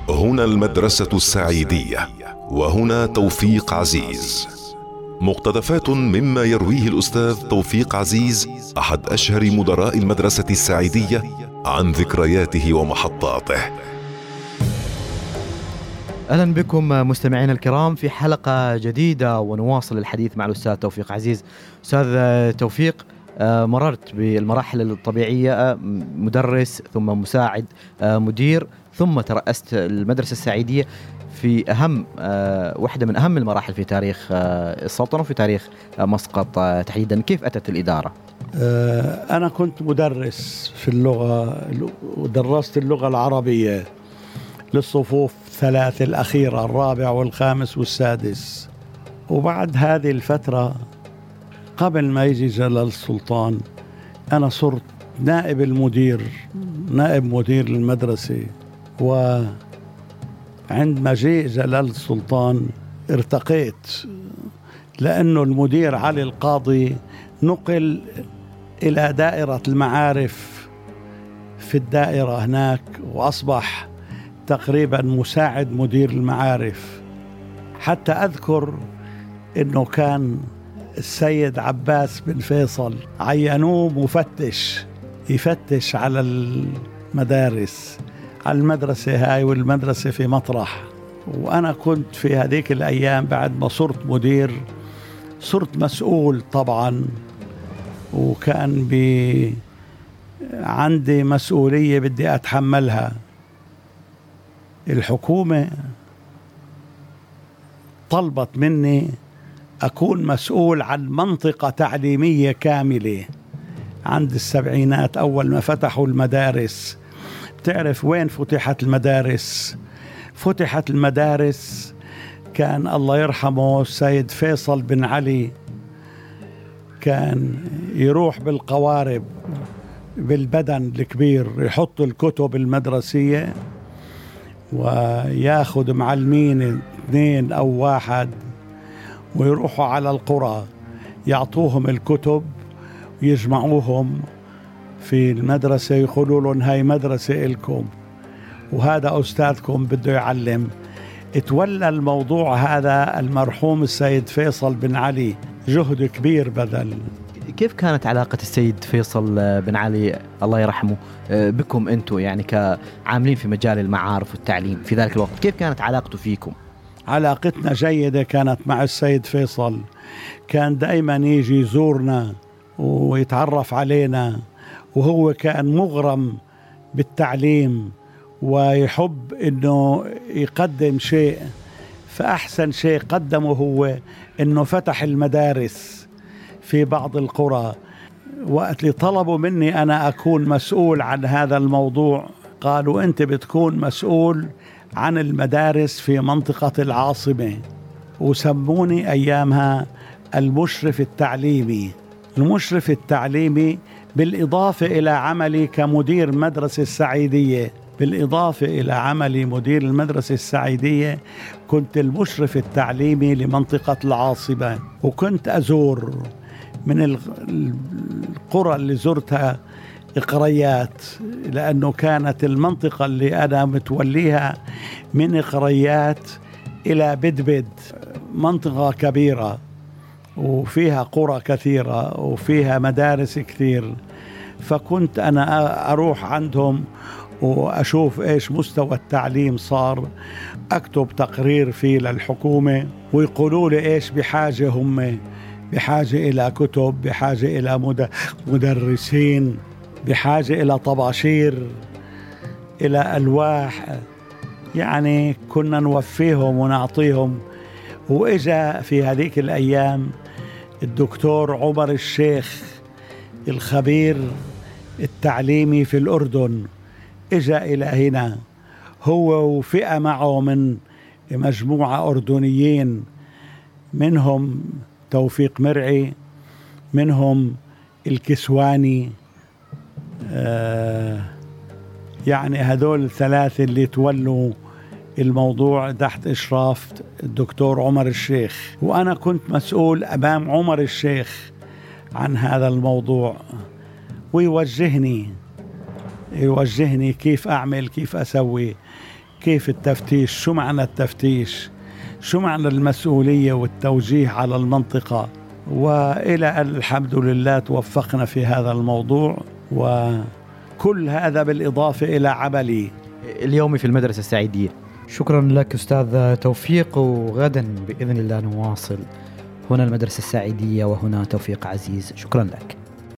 هنا المدرسة السعيدية، وهنا توفيق عزيز. مقتطفات مما يرويه الأستاذ توفيق عزيز أحد أشهر مدراء المدرسة السعيدية عن ذكرياته ومحطاته. أهلا بكم مستمعينا الكرام في حلقة جديدة، ونواصل الحديث مع الأستاذ توفيق عزيز. أستاذ توفيق، مررت بالمراحل الطبيعية، مدرس ثم مساعد مدير، ثم ترأست المدرسة السعيدية في واحدة من أهم المراحل في تاريخ السلطنة وفي تاريخ مسقط تحديدا. كيف أتت الإدارة؟ أنا كنت مدرس في اللغة، ودرست اللغة العربية للصفوف الثلاث الأخيرة، الرابع والخامس والسادس. وبعد هذه الفترة قبل ما يجي جلال السلطان أنا صرت نائب مدير المدرسة. وعندما جاء جلال السلطان ارتقيت، لأنه المدير علي القاضي نقل إلى دائرة المعارف في الدائرة هناك، وأصبح تقريبا مساعد مدير المعارف. حتى أذكر أنه كان السيد عباس بن فيصل عينوه مفتش، يفتش على المدارس، على المدرسة هاي والمدرسة في مطرح. وأنا كنت في هذيك الأيام بعد ما صرت مدير صرت مسؤول طبعا، وكان عندي مسؤولية بدي أتحملها. الحكومة طلبت مني أكون مسؤول عن منطقة تعليمية كاملة. عند السبعينات أول ما فتحوا المدارس، بتعرف وين فتحت المدارس؟ فتحت المدارس كان الله يرحمه السيد فيصل بن علي كان يروح بالقوارب بالبدن الكبير يحط الكتب المدرسية، وياخذ معلمين 2 أو 1 ويروحوا على القرى يعطوهم الكتب ويجمعوهم في المدرسة، يقولوا لهم هاي مدرسة إلكم وهذا أستاذكم بده يعلم. اتولى الموضوع هذا المرحوم السيد فيصل بن علي، جهد كبير بذل. كيف كانت علاقة السيد فيصل بن علي الله يرحمه بكم أنتم، يعني كعاملين في مجال المعارف والتعليم في ذلك الوقت؟ كيف كانت علاقته فيكم؟ علاقتنا جيدة كانت مع السيد فيصل، كان دائما يجي يزورنا ويتعرف علينا، وهو كان مغرم بالتعليم ويحب انه يقدم شيء. فأحسن شيء قدمه هو انه فتح المدارس في بعض القرى. وقت اللي طلبوا مني أنا أكون مسؤول عن هذا الموضوع، قالوا أنت بتكون مسؤول عن المدارس في منطقة العاصمة، وسموني أيامها المشرف التعليمي. المشرف التعليمي بالإضافة إلى عملي كمدير مدرسة السعيدية، بالإضافة إلى عملي مدير المدرسة السعيدية كنت المشرف التعليمي لمنطقة العاصمة. وكنت أزور من القرى اللي زرتها إقريات، لأنه كانت المنطقة اللي أنا متوليها من إقريات إلى بدبد، منطقة كبيرة وفيها قرى كثيرة وفيها مدارس كثير. فكنت أنا أروح عندهم وأشوف إيش مستوى التعليم صار، أكتب تقرير فيه للحكومة ويقولوا لي إيش بحاجة هم، بحاجة إلى كتب، بحاجة إلى مدرسين، بحاجة إلى طباشير، إلى ألواح. يعني كنا نوفيهم ونعطيهم. وإجا في هذيك الأيام الدكتور عمر الشيخ الخبير التعليمي في الأردن، إجا إلى هنا هو وفئة معه من مجموعة أردنيين، منهم توفيق مرعي، منهم الكسواني، يعني هذول الثلاثة اللي تولوا الموضوع تحت إشراف الدكتور عمر الشيخ. وأنا كنت مسؤول أمام عمر الشيخ عن هذا الموضوع، ويوجهني كيف أعمل، كيف أسوي. كيف التفتيش، شو معنى التفتيش، شو معنى المسؤولية والتوجيه على المنطقة. وإلى الحمد لله توفقنا في هذا الموضوع، وكل هذا بالإضافة إلى عملي اليومي في المدرسة السعيدية. شكرا لك أستاذ توفيق، وغدا بإذن الله نواصل. هنا المدرسة السعيدية وهنا توفيق عزيز، شكرا لك.